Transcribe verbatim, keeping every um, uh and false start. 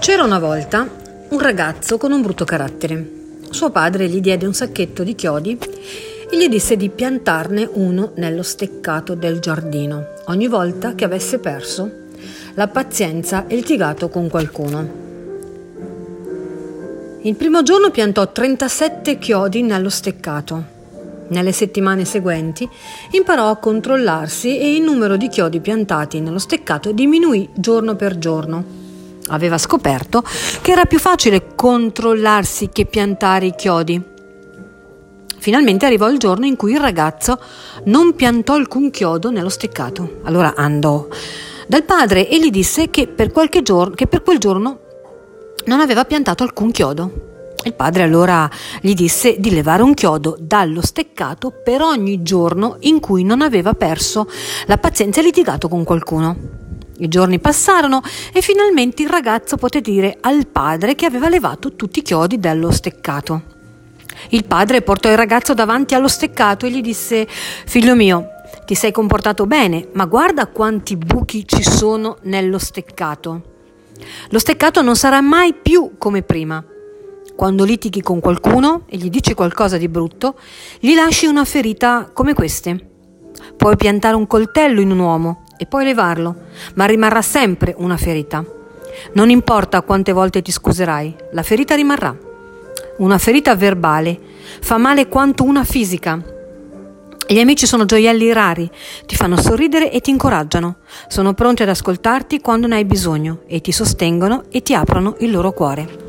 C'era una volta un ragazzo con un brutto carattere. Suo padre gli diede un sacchetto di chiodi e gli disse di piantarne uno nello steccato del giardino ogni volta che avesse perso la pazienza e litigato con qualcuno. Il primo giorno piantò trentasette chiodi nello steccato. Nelle settimane seguenti imparò a controllarsi e il numero di chiodi piantati nello steccato diminuì giorno per giorno. Aveva scoperto che era più facile controllarsi che piantare i chiodi. Finalmente arrivò il giorno in cui il ragazzo non piantò alcun chiodo nello steccato. Allora andò dal padre e gli disse che per qualche giorno, che per quel giorno non aveva piantato alcun chiodo. Il padre allora gli disse di levare un chiodo dallo steccato per ogni giorno in cui non aveva perso la pazienza e litigato con qualcuno. I giorni passarono e finalmente il ragazzo poté dire al padre che aveva levato tutti i chiodi dallo steccato. Il padre portò il ragazzo davanti allo steccato e gli disse: «Figlio mio, ti sei comportato bene, ma guarda quanti buchi ci sono nello steccato. Lo steccato non sarà mai più come prima. Quando litighi con qualcuno e gli dici qualcosa di brutto, gli lasci una ferita come queste. Puoi piantare un coltello in un uomo e poi levarlo, ma rimarrà sempre una ferita. Non importa quante volte ti scuserai, la ferita rimarrà. Una ferita verbale fa male quanto una fisica. Gli amici sono gioielli rari, ti fanno sorridere e ti incoraggiano. Sono pronti ad ascoltarti quando ne hai bisogno e ti sostengono e ti aprono il loro cuore.